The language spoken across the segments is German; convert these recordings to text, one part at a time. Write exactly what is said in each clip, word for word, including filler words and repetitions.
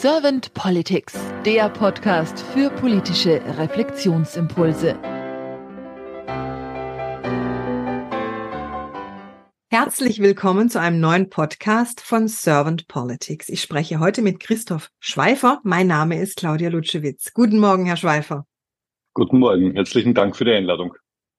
Servant Politics, der Podcast für politische Reflexionsimpulse. Herzlich willkommen zu einem neuen Podcast von Servant Politics. Ich spreche heute mit Christoph Schweifer. Mein Name ist Claudia Lutschewitz. Guten Morgen, Herr Schweifer. Guten Morgen. Herzlichen Dank für die Einladung.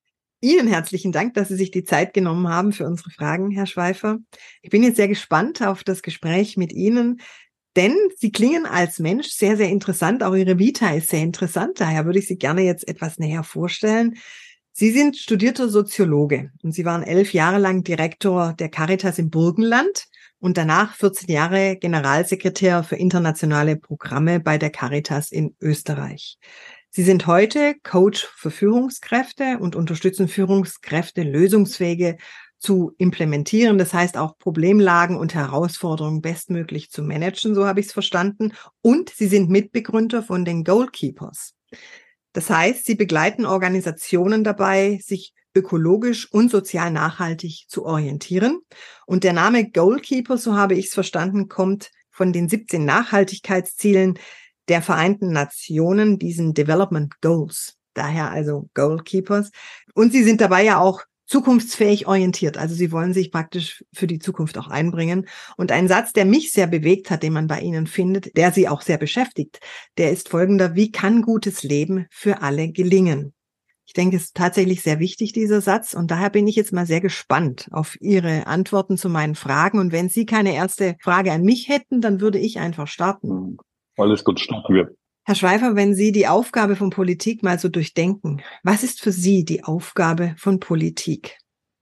Ihnen herzlichen Dank, dass Sie sich die Zeit genommen haben für unsere Fragen, Herr Schweifer. Ich bin jetzt sehr gespannt auf das Gespräch mit Ihnen, denn Sie klingen als Mensch sehr, sehr interessant. Auch Ihre Vita ist sehr interessant. Daher würde ich Sie gerne jetzt etwas näher vorstellen. Sie sind studierter Soziologe und Sie waren elf Jahre lang Direktor der Caritas im Burgenland und danach vierzehn Jahre Generalsekretär für internationale Programme bei der Caritas in Österreich. Sie sind heute Coach für Führungskräfte und unterstützen Führungskräfte, Lösungswege zu implementieren. Das heißt auch Problemlagen und Herausforderungen bestmöglich zu managen, so habe ich es verstanden. Und Sie sind Mitbegründer von den Goalkeepers. Das heißt, Sie begleiten Organisationen dabei, sich ökologisch und sozial nachhaltig zu orientieren. Und der Name Goalkeeper, so habe ich es verstanden, kommt von den siebzehn Nachhaltigkeitszielen der Vereinten Nationen, diesen Development Goals. Daher also Goalkeepers. Und Sie sind dabei ja auch zukunftsfähig orientiert. Also Sie wollen sich praktisch für die Zukunft auch einbringen. Und ein Satz, der mich sehr bewegt hat, den man bei Ihnen findet, der Sie auch sehr beschäftigt, der ist folgender: Wie kann gutes Leben für alle gelingen? Ich denke, es ist tatsächlich sehr wichtig, dieser Satz. Und daher bin ich jetzt mal sehr gespannt auf Ihre Antworten zu meinen Fragen. Und wenn Sie keine erste Frage an mich hätten, dann würde ich einfach starten. Alles gut, starten wir. Herr Schweifer, wenn Sie die Aufgabe von Politik mal so durchdenken, was ist für Sie die Aufgabe von Politik?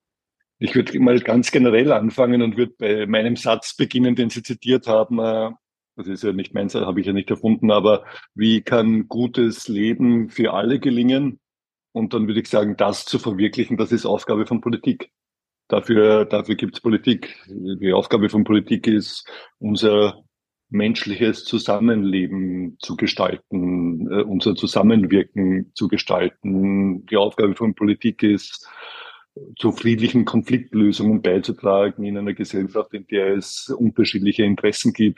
Ich würde mal ganz generell anfangen und würde bei meinem Satz beginnen, den Sie zitiert haben. Das ist ja nicht mein Satz, habe ich ja nicht erfunden, aber wie kann gutes Leben für alle gelingen? Und dann würde ich sagen, das zu verwirklichen, das ist Aufgabe von Politik. Dafür, dafür gibt es Politik. Die Aufgabe von Politik ist, unser menschliches Zusammenleben zu gestalten, äh, unser Zusammenwirken zu gestalten. Die Aufgabe von Politik ist, zu friedlichen Konfliktlösungen beizutragen in einer Gesellschaft, in der es unterschiedliche Interessen gibt.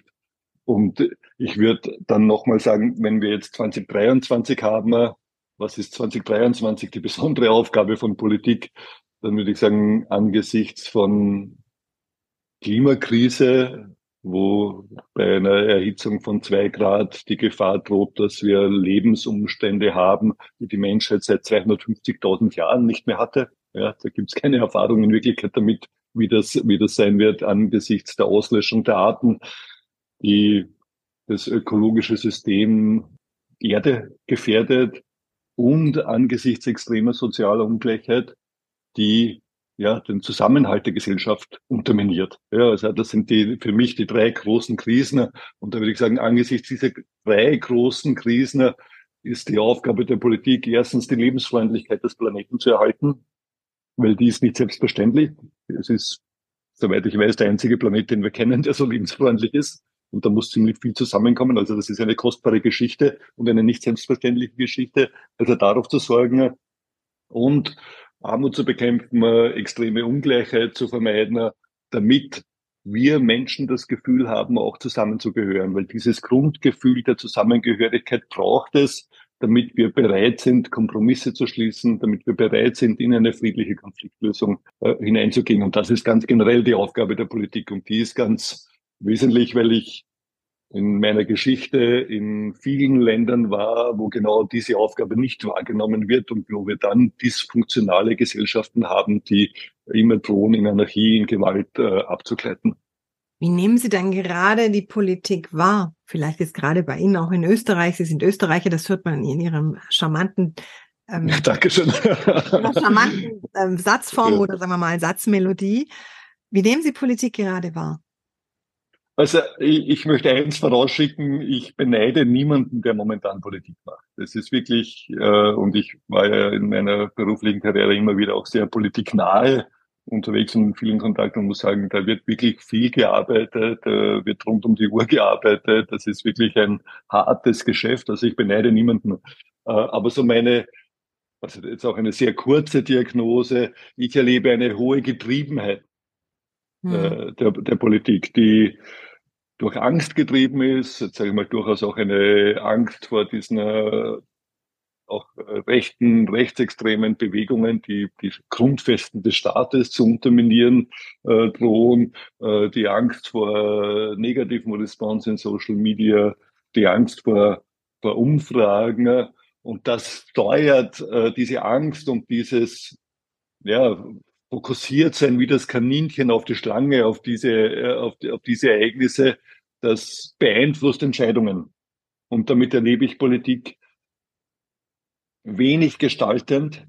Und ich würde dann nochmal sagen, wenn wir jetzt zwanzig dreiundzwanzig haben, was ist zwanzig dreiundzwanzig die besondere Aufgabe von Politik? Dann würde ich sagen, angesichts von Klimakrise, wo bei einer Erhitzung von zwei Grad die Gefahr droht, dass wir Lebensumstände haben, die die Menschheit seit zweihundertfünfzigtausend Jahren nicht mehr hatte. Ja, da gibt es keine Erfahrung in Wirklichkeit damit, wie das, wie das sein wird angesichts der Auslöschung der Arten, die das ökologische System Erde gefährdet und angesichts extremer sozialer Ungleichheit, die ja den Zusammenhalt der Gesellschaft unterminiert. Ja, also das sind die für mich die drei großen Krisen. Und da würde ich sagen, angesichts dieser drei großen Krisen ist die Aufgabe der Politik erstens die Lebensfreundlichkeit des Planeten zu erhalten, weil die ist nicht selbstverständlich. Es ist, soweit ich weiß, der einzige Planet, den wir kennen, der so lebensfreundlich ist. Und da muss ziemlich viel zusammenkommen. Also das ist eine kostbare Geschichte und eine nicht selbstverständliche Geschichte. Also darauf zu sorgen und Armut zu bekämpfen, extreme Ungleichheit zu vermeiden, damit wir Menschen das Gefühl haben, auch zusammenzugehören. Weil dieses Grundgefühl der Zusammengehörigkeit braucht es, damit wir bereit sind, Kompromisse zu schließen, damit wir bereit sind, in eine friedliche Konfliktlösung äh, hineinzugehen. Und das ist ganz generell die Aufgabe der Politik. Und die ist ganz wesentlich, weil ich in meiner Geschichte in vielen Ländern war, wo genau diese Aufgabe nicht wahrgenommen wird und wo wir dann dysfunktionale Gesellschaften haben, die immer drohen, in Anarchie, in Gewalt äh, abzugleiten. Wie nehmen Sie dann gerade die Politik wahr? Vielleicht ist gerade bei Ihnen auch in Österreich, Sie sind Österreicher, das hört man in Ihrem charmanten, ähm, Dankeschön. Ihrer charmanten ähm, Satzform Ja. oder sagen wir mal Satzmelodie. Wie nehmen Sie Politik gerade wahr? Also ich, ich möchte eins vorausschicken, ich beneide niemanden, der momentan Politik macht. Das ist wirklich, äh, und ich war ja in meiner beruflichen Karriere immer wieder auch sehr politiknahe unterwegs und in vielen Kontakten und muss sagen, da wird wirklich viel gearbeitet, äh, wird rund um die Uhr gearbeitet. Das ist wirklich ein hartes Geschäft, also ich beneide niemanden. Äh, aber so meine, also jetzt auch eine sehr kurze Diagnose, ich erlebe eine hohe Getriebenheit Hm. äh, der, der Politik, die durch Angst getrieben ist, jetzt sage ich mal durchaus auch eine Angst vor diesen äh, auch äh, rechten, rechtsextremen Bewegungen, die die Grundfesten des Staates zu unterminieren äh, drohen, äh, die Angst vor äh, negativen Response in Social Media, die Angst vor, vor Umfragen. Äh, und das steuert äh, diese Angst und dieses ja, fokussiert sein wie das Kaninchen auf die Schlange, auf diese, äh, auf, die, auf diese Ereignisse, das beeinflusst Entscheidungen. Und damit erlebe ich Politik wenig gestaltend,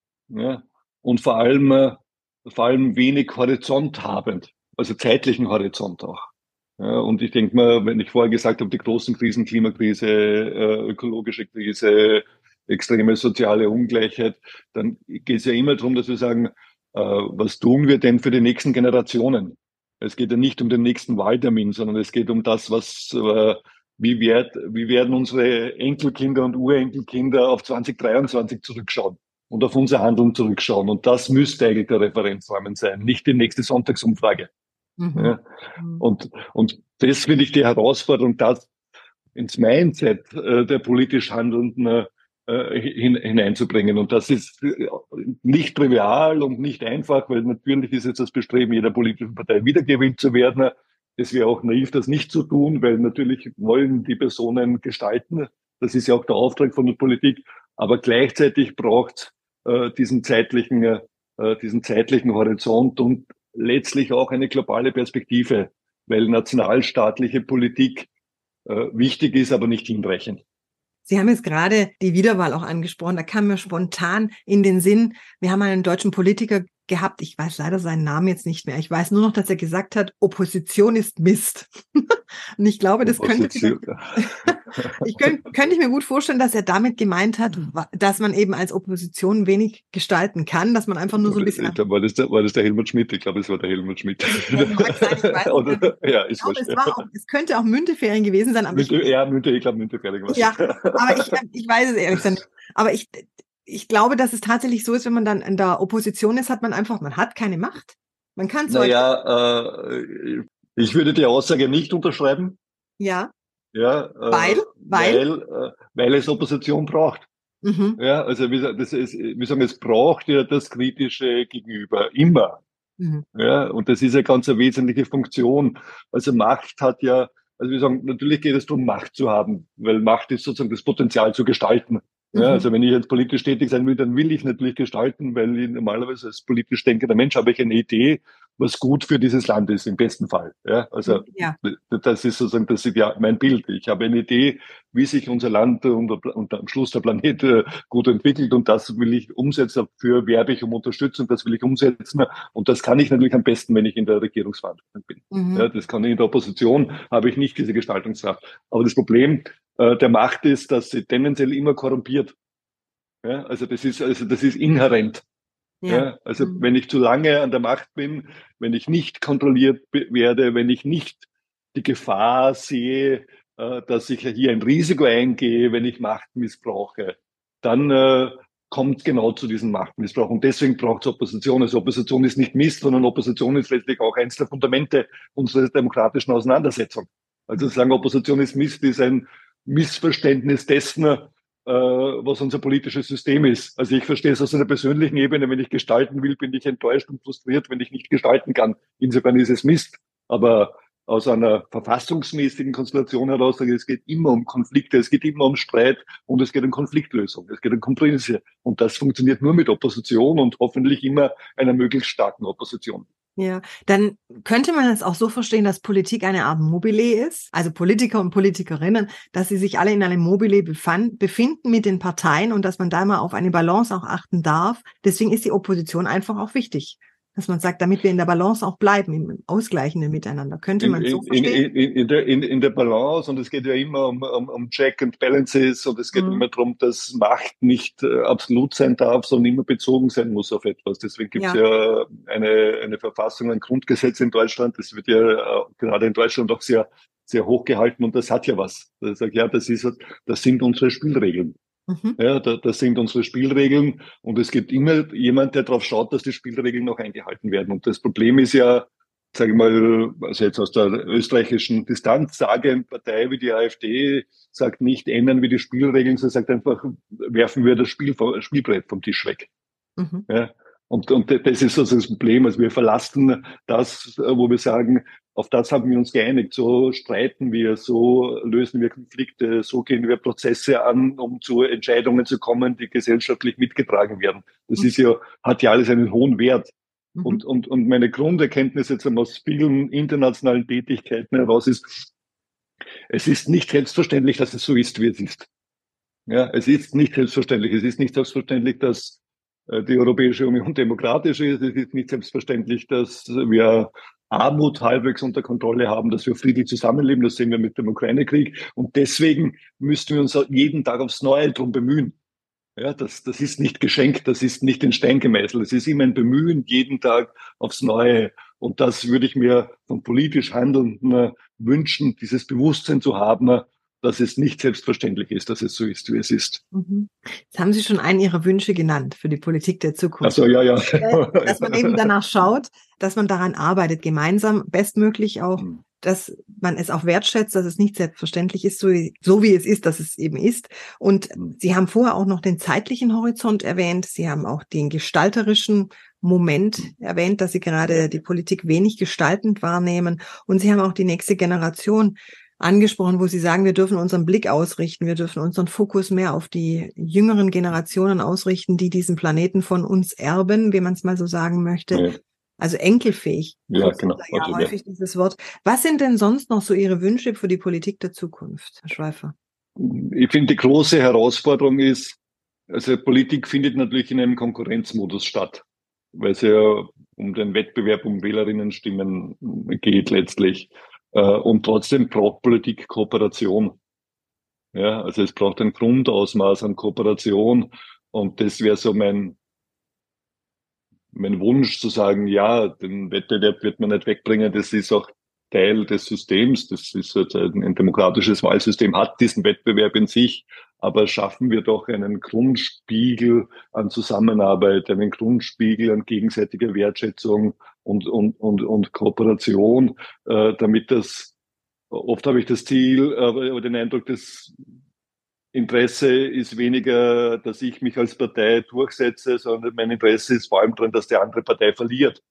ja, und vor allem, äh, vor allem wenig Horizont habend, also zeitlichen Horizont auch. Ja, und ich denke mal, wenn ich vorher gesagt habe, die großen Krisen, Klimakrise, äh, ökologische Krise, extreme soziale Ungleichheit, dann geht es ja immer darum, dass wir sagen, äh, was tun wir denn für die nächsten Generationen? Es geht ja nicht um den nächsten Wahltermin, sondern es geht um das, was, äh, wie, werd, wie werden unsere Enkelkinder und Urenkelkinder auf zwanzig dreiundzwanzig zurückschauen und auf unser Handeln zurückschauen. Und das müsste eigentlich der Referenzrahmen sein, nicht die nächste Sonntagsumfrage. Mhm. Ja. Und, und das finde ich die Herausforderung, das ins Mindset äh, der politisch Handelnden äh, hin, hineinzubringen. Und das ist nicht trivial und nicht einfach, weil natürlich ist jetzt das Bestreben jeder politischen Partei wiedergewählt zu werden. Es wäre auch naiv, das nicht zu tun, weil natürlich wollen die Personen gestalten. Das ist ja auch der Auftrag von der Politik. Aber gleichzeitig braucht es äh, diesen zeitlichen, äh, diesen zeitlichen Horizont und letztlich auch eine globale Perspektive, weil nationalstaatliche Politik äh, wichtig ist, aber nicht hinreichend. Sie haben jetzt gerade die Wiederwahl auch angesprochen. Da kam mir spontan in den Sinn, wir haben einen deutschen Politiker gehabt, ich weiß leider seinen Namen jetzt nicht mehr. Ich weiß nur noch, dass er gesagt hat, Opposition ist Mist. Und ich glaube, das Opposition. könnte, ich könnte, könnte ich mir gut vorstellen, dass er damit gemeint hat, dass man eben als Opposition wenig gestalten kann, dass man einfach nur so ein bisschen... Ich glaube, war das der, war das der Helmut Schmidt? Ich glaube, es war der Helmut Schmidt. Ja, mag sein, ich weiß Oder, ja, ist ich glaube, es, war auch, es könnte auch Müntefering gewesen sein. Aber Münte, ich, ja, Münte, ich glaube, Müntefering war es. Ja, aber ich, ich weiß es ehrlich gesagt. Aber ich, ich glaube, dass es tatsächlich so ist, wenn man dann in der Opposition ist, hat man einfach, man hat keine Macht. Man kann so. Naja, äh, ich würde die Aussage nicht unterschreiben. Ja. Ja, äh, weil, weil, weil, äh, weil es Opposition braucht. Mhm. Ja, also wie, das ist, wir sagen, es braucht ja das kritische Gegenüber immer. Mhm. Ja, und das ist ja ganz eine wesentliche Funktion. Also Macht hat ja, also wir sagen, natürlich geht es darum, Macht zu haben, weil Macht ist sozusagen das Potenzial zu gestalten. Ja, mhm. Also wenn ich jetzt politisch tätig sein will, dann will ich natürlich gestalten, weil ich normalerweise als politisch denkender Mensch habe ich eine Idee, was gut für dieses Land ist, im besten Fall. Ja, also ja. Das ist sozusagen das ist ja mein Bild. Ich habe eine Idee, wie sich unser Land und, und am Schluss der Planet gut entwickelt und das will ich umsetzen. Dafür werbe ich um Unterstützung, das will ich umsetzen und das kann ich natürlich am besten, wenn ich in der Regierungsverantwortung bin. Mhm. Ja, das kann ich in der Opposition, habe ich nicht diese Gestaltungskraft. Aber das Problem äh, der Macht ist, dass sie tendenziell immer korrumpiert. Ja, also das ist also das ist inhärent. Ja. Ja, also mhm. wenn ich zu lange an der Macht bin, wenn ich nicht kontrolliert werde, wenn ich nicht die Gefahr sehe, äh, dass ich hier ein Risiko eingehe, wenn ich Macht missbrauche, dann äh, kommt genau zu diesem Machtmissbrauch. Und deswegen braucht es Opposition. Also Opposition ist nicht Mist, sondern Opposition ist letztlich auch eines der Fundamente unserer demokratischen Auseinandersetzung. Also zu sagen, Opposition ist Mist, ist ein Missverständnis dessen, was unser politisches System ist. Also ich verstehe es aus einer persönlichen Ebene. Wenn ich gestalten will, bin ich enttäuscht und frustriert, wenn ich nicht gestalten kann. Insofern ist es Mist. Aber aus einer verfassungsmäßigen Konstellation heraus sage ich, es geht immer um Konflikte, es geht immer um Streit und es geht um Konfliktlösung, es geht um Kompromisse. Und das funktioniert nur mit Opposition und hoffentlich immer einer möglichst starken Opposition. Ja, dann könnte man es auch so verstehen, dass Politik eine Art Mobile ist, also Politiker und Politikerinnen, dass sie sich alle in einem Mobile befand, befinden mit den Parteien und dass man da mal auf eine Balance auch achten darf. Deswegen ist die Opposition einfach auch wichtig, dass man sagt, damit wir in der Balance auch bleiben, im ausgleichenden Miteinander. Könnte man in, so verstehen? In, in, in, der, in, in der Balance, und es geht ja immer um, um, um Check and Balances und es geht mhm. immer darum, dass Macht nicht äh, absolut sein darf, sondern immer bezogen sein muss auf etwas. Deswegen gibt es ja, ja eine, eine Verfassung, ein Grundgesetz in Deutschland. Das wird ja äh, gerade in Deutschland auch sehr, sehr hoch gehalten und das hat ja was. Das sagt, ja, das ist, das sind unsere Spielregeln. Mhm. Ja, da, das sind unsere Spielregeln und es gibt immer jemand, der darauf schaut, dass die Spielregeln noch eingehalten werden. Und das Problem ist ja, sage ich mal, also jetzt aus der österreichischen Distanz sage, eine Partei wie die AfD sagt nicht, ändern wir die Spielregeln, sondern sagt einfach, werfen wir das Spiel, Spielbrett vom Tisch weg. Mhm. Ja, und, und das ist also das Problem. Also wir verlassen das, wo wir sagen, auf das haben wir uns geeinigt. So streiten wir, so lösen wir Konflikte, so gehen wir Prozesse an, um zu Entscheidungen zu kommen, die gesellschaftlich mitgetragen werden. Das mhm. ist ja, hat ja alles einen hohen Wert. Mhm. Und, und, und meine Grunderkenntnis jetzt aus vielen internationalen Tätigkeiten heraus ist, es ist nicht selbstverständlich, dass es so ist, wie es ist. Ja, es ist nicht selbstverständlich. Es ist nicht selbstverständlich, dass die Europäische Union demokratisch ist. Es ist nicht selbstverständlich, dass wir Armut halbwegs unter Kontrolle haben, dass wir friedlich zusammenleben. Das sehen wir mit dem Ukraine-Krieg. Und deswegen müssten wir uns jeden Tag aufs Neue drum bemühen. Ja, das, das ist nicht geschenkt, das ist nicht in Stein gemeißelt. Es ist immer ein Bemühen, jeden Tag aufs Neue. Und das würde ich mir von politisch Handelnden wünschen, dieses Bewusstsein zu haben, dass es nicht selbstverständlich ist, dass es so ist, wie es ist. Jetzt haben Sie schon einen Ihrer Wünsche genannt für die Politik der Zukunft. Ach so, ja, ja. Dass man eben danach schaut, dass man daran arbeitet, gemeinsam, bestmöglich auch, dass man es auch wertschätzt, dass es nicht selbstverständlich ist, so wie, so wie es ist, dass es eben ist. Und Sie haben vorher auch noch den zeitlichen Horizont erwähnt. Sie haben auch den gestalterischen Moment erwähnt, dass Sie gerade die Politik wenig gestaltend wahrnehmen. Und Sie haben auch die nächste Generation angesprochen, wo Sie sagen, wir dürfen unseren Blick ausrichten, wir dürfen unseren Fokus mehr auf die jüngeren Generationen ausrichten, die diesen Planeten von uns erben, wie man es mal so sagen möchte. Ja. Also enkelfähig. Ja, genau. Ja, also, häufig ja. Dieses Wort. Was sind denn sonst noch so Ihre Wünsche für die Politik der Zukunft, Herr Schweifer? Ich finde, die große Herausforderung ist, also Politik findet natürlich in einem Konkurrenzmodus statt, weil es ja um den Wettbewerb um Wählerinnenstimmen geht letztlich. Und trotzdem braucht Politik Kooperation. Ja, also es braucht ein Grundausmaß an Kooperation. Und das wäre so mein, mein Wunsch zu sagen, ja, den Wettbewerb wird man nicht wegbringen. Das ist auch Teil des Systems. Das ist halt ein, ein demokratisches Wahlsystem, hat diesen Wettbewerb in sich. Aber schaffen wir doch einen Grundspiegel an Zusammenarbeit, einen Grundspiegel an gegenseitiger Wertschätzung und, und, und, und Kooperation, äh, damit das, oft habe ich das Ziel, äh, den Eindruck, das Interesse ist weniger, dass ich mich als Partei durchsetze, sondern mein Interesse ist vor allem daran, dass die andere Partei verliert.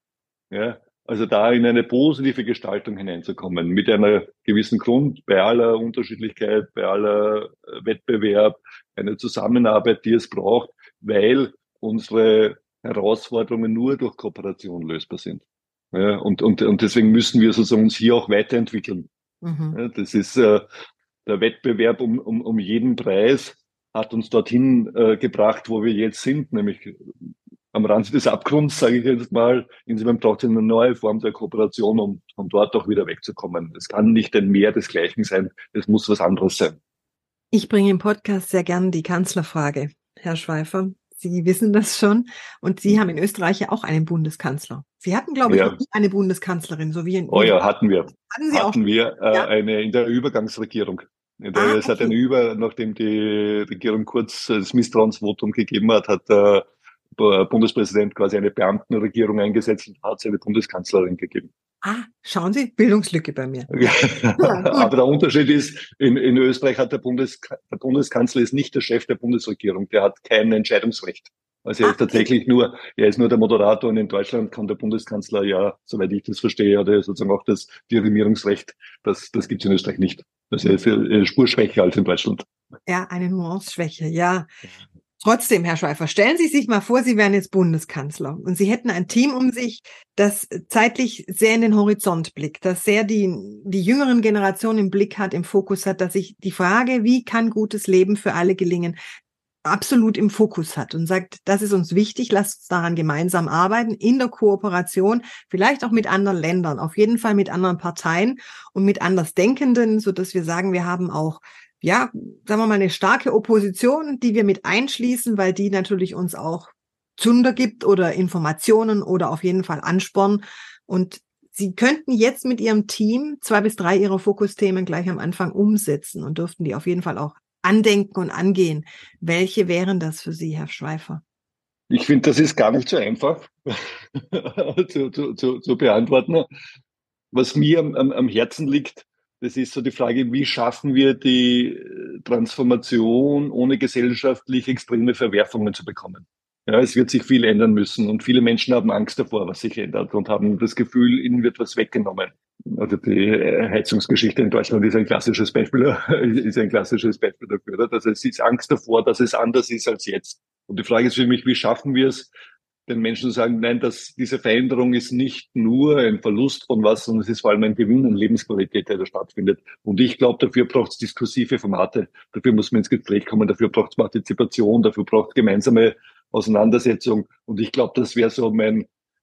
Ja. Also da in eine positive Gestaltung hineinzukommen, mit einer gewissen Grund, bei aller Unterschiedlichkeit, bei aller Wettbewerb, eine Zusammenarbeit, die es braucht, weil unsere Herausforderungen nur durch Kooperation lösbar sind. Ja, und, und, und deswegen müssen wir sozusagen uns hier auch weiterentwickeln. Mhm. Ja, das ist äh, der Wettbewerb um, um, um jeden Preis hat uns dorthin äh, gebracht, wo wir jetzt sind, nämlich am Rand des Abgrunds, sage ich jetzt mal. Insofern braucht es eine neue Form der Kooperation, um, um dort auch wieder wegzukommen. Es kann nicht ein Mehr desgleichen sein, es muss was anderes sein. Ich bringe im Podcast sehr gern die Kanzlerfrage, Herr Schweifer. Sie wissen das schon. Und Sie haben in Österreich ja auch einen Bundeskanzler. Sie hatten, glaube ich, ja. noch nie eine Bundeskanzlerin, so wie in Oh ja, hatten wir. Hatten Sie hatten auch? wir äh, ja? eine in der Übergangsregierung. In der, ah, okay. Es hat eine Über, nachdem die Regierung kurz das Misstrauensvotum gegeben hat, hat der Bundespräsident quasi eine Beamtenregierung eingesetzt und hat es eine Bundeskanzlerin gegeben. Ah, schauen Sie, Bildungslücke bei mir. Ja, aber der Unterschied ist, in, in Österreich hat der, Bundes, der Bundeskanzler ist nicht der Chef der Bundesregierung, der hat kein Entscheidungsrecht. Also er ist tatsächlich nur, er ist nur der Moderator und in Deutschland kann der Bundeskanzler ja, soweit ich das verstehe, hat er sozusagen auch das Dirimierungsrecht. Das, das gibt es in Österreich nicht. Das ist eine Spur schwächer als in Deutschland. Ja, eine Nuance-Schwäche, ja. Trotzdem, Herr Schweifer, stellen Sie sich mal vor, Sie wären jetzt Bundeskanzler und Sie hätten ein Team um sich, das zeitlich sehr in den Horizont blickt, das sehr die, die jüngeren Generationen im Blick hat, im Fokus hat, dass sich die Frage, wie kann gutes Leben für alle gelingen, absolut im Fokus hat und sagt, das ist uns wichtig, lasst uns daran gemeinsam arbeiten, in der Kooperation, vielleicht auch mit anderen Ländern, auf jeden Fall mit anderen Parteien und mit Andersdenkenden, so dass wir sagen, wir haben auch ja, sagen wir mal, eine starke Opposition, die wir mit einschließen, weil die natürlich uns auch Zunder gibt oder Informationen oder auf jeden Fall Ansporn. Und Sie könnten jetzt mit Ihrem Team zwei bis drei Ihrer Fokusthemen gleich am Anfang umsetzen und dürften die auf jeden Fall auch andenken und angehen. Welche wären das für Sie, Herr Schweifer? Ich finde, das ist gar nicht so einfach zu, zu, zu, zu beantworten. Was mir am, am, am Herzen liegt, das ist so die Frage, wie schaffen wir die Transformation, ohne gesellschaftlich extreme Verwerfungen zu bekommen? Ja, es wird sich viel ändern müssen und viele Menschen haben Angst davor, was sich ändert und haben das Gefühl, ihnen wird was weggenommen. Also die Heizungsgeschichte in Deutschland ist ein klassisches Beispiel, ist ein klassisches Beispiel dafür, dass es ist Angst davor, dass es anders ist als jetzt. Und die Frage ist für mich, wie schaffen wir es, den Menschen zu sagen, nein, dass diese Veränderung ist nicht nur ein Verlust von was, sondern es ist vor allem ein Gewinn an Lebensqualität, der da stattfindet. Und ich glaube, dafür braucht es diskursive Formate, dafür muss man ins Gespräch kommen, dafür braucht es Partizipation, dafür braucht es gemeinsame Auseinandersetzung. Und ich glaube, das wäre so mein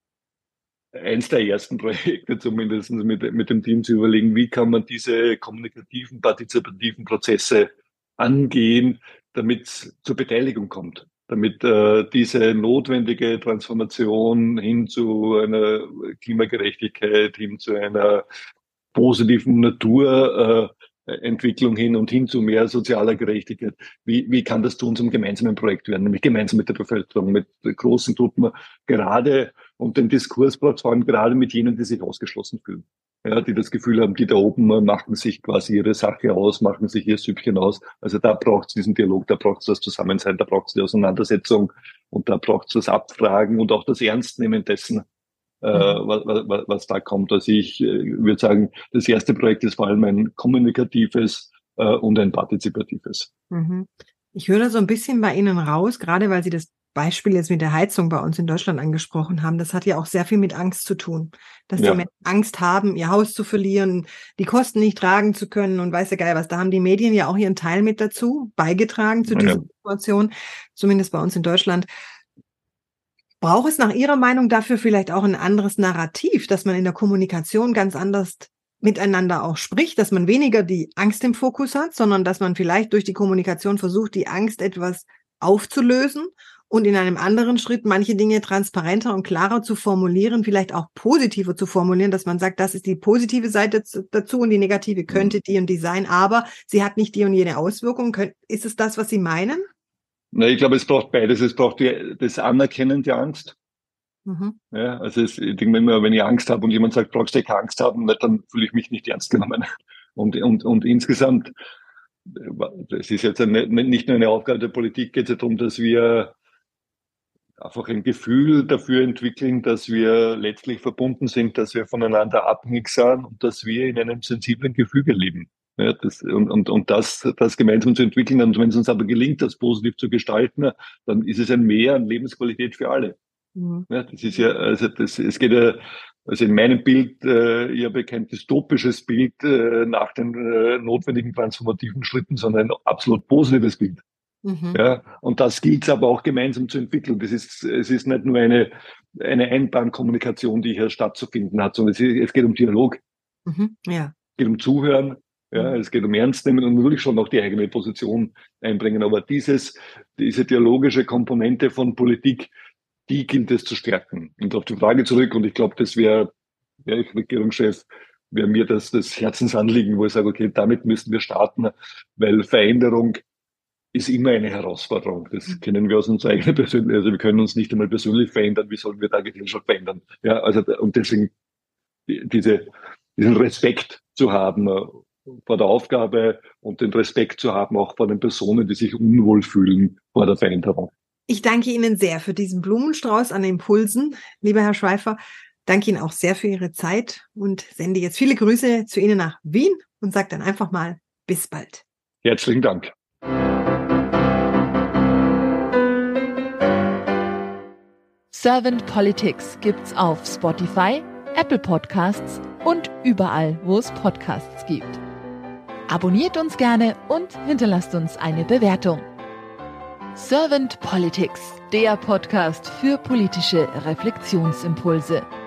eins der ersten Projekte zumindest mit, mit dem Team zu überlegen, wie kann man diese kommunikativen, partizipativen Prozesse angehen, damit es zur Beteiligung kommt, damit äh, diese notwendige Transformation hin zu einer Klimagerechtigkeit, hin zu einer positiven Naturentwicklung äh, hin und hin zu mehr sozialer Gerechtigkeit. Wie, wie kann das zu unserem gemeinsamen Projekt werden, nämlich gemeinsam mit der Bevölkerung, mit großen Gruppen, gerade und den Diskurs braucht vor allem gerade mit jenen, die sich ausgeschlossen fühlen. Ja, die das Gefühl haben, die da oben machen sich quasi ihre Sache aus, machen sich ihr Süppchen aus. Also da braucht es diesen Dialog, da braucht es das Zusammensein, da braucht es die Auseinandersetzung und da braucht es das Abfragen und auch das Ernstnehmen dessen, äh, was, was, was da kommt. Also ich äh, würde sagen, das erste Projekt ist vor allem ein kommunikatives äh, und ein partizipatives. Ich höre da so ein bisschen bei Ihnen raus, gerade weil Sie das Beispiel jetzt mit der Heizung bei uns in Deutschland angesprochen haben. Das hat ja auch sehr viel mit Angst zu tun, dass ja. die Menschen Angst haben, ihr Haus zu verlieren, die Kosten nicht tragen zu können und weiß ja geil was. Da haben die Medien ja auch ihren Teil mit dazu beigetragen zu dieser ja. Situation, zumindest bei uns in Deutschland. Braucht es nach Ihrer Meinung dafür vielleicht auch ein anderes Narrativ, dass man in der Kommunikation ganz anders miteinander auch spricht, dass man weniger die Angst im Fokus hat, sondern dass man vielleicht durch die Kommunikation versucht, die Angst etwas aufzulösen und in einem anderen Schritt manche Dinge transparenter und klarer zu formulieren, vielleicht auch positiver zu formulieren, dass man sagt, das ist die positive Seite dazu und die negative könnte die und die sein, aber sie hat nicht die und jene Auswirkung. Ist es das, was Sie meinen? Na, ich glaube, es braucht beides. Es braucht die, das Anerkennen der Angst. Mhm. Ja, also es, ich denke mir immer, wenn ich Angst habe und jemand sagt, brauchst du keine Angst haben, dann fühle ich mich nicht ernst genommen. Und, und, und insgesamt, es ist jetzt eine, nicht nur eine Aufgabe der Politik, geht es ja darum, dass wir einfach ein Gefühl dafür entwickeln, dass wir letztlich verbunden sind, dass wir voneinander abhängig sind und dass wir in einem sensiblen Gefüge leben. Ja, das, und, und, und das, das gemeinsam zu entwickeln. Und wenn es uns aber gelingt, das positiv zu gestalten, dann ist es ein Mehr an Lebensqualität für alle. Mhm. Ja, das ist ja, also das, es geht ja, also in meinem Bild, äh, ich habe kein dystopisches Bild äh, nach den äh, notwendigen transformativen Schritten, sondern ein absolut positives Bild. Mhm. Ja, und das gilt es aber auch gemeinsam zu entwickeln. Das ist, es ist nicht nur eine, eine Einbahnkommunikation, die hier stattzufinden hat, sondern es, ist, es geht um Dialog. Mhm. Ja. Es geht um Zuhören. Ja, mhm. Es geht um Ernst nehmen und natürlich schon auch die eigene Position einbringen. Aber dieses, diese dialogische Komponente von Politik, die gilt es zu stärken. Und auf die Frage zurück, und ich glaube, das wäre, ja, ich Regierungschef, wäre mir das, das Herzensanliegen, wo ich sage, okay, damit müssen wir starten, weil Veränderung ist immer eine Herausforderung. Das kennen wir aus unserer eigenen Persönlichkeit. Also wir können uns nicht einmal persönlich verändern. Wie sollen wir da Gesellschaft verändern? Ja, also, und deswegen diese, diesen Respekt zu haben vor der Aufgabe und den Respekt zu haben auch vor den Personen, die sich unwohl fühlen vor der Veränderung. Ich danke Ihnen sehr für diesen Blumenstrauß an Impulsen, lieber Herr Schweifer. Danke Ihnen auch sehr für Ihre Zeit und sende jetzt viele Grüße zu Ihnen nach Wien und sage dann einfach mal bis bald. Herzlichen Dank. Servant Politics gibt's auf Spotify, Apple Podcasts und überall, wo es Podcasts gibt. Abonniert uns gerne und hinterlasst uns eine Bewertung. Servant Politics, der Podcast für politische Reflexionsimpulse.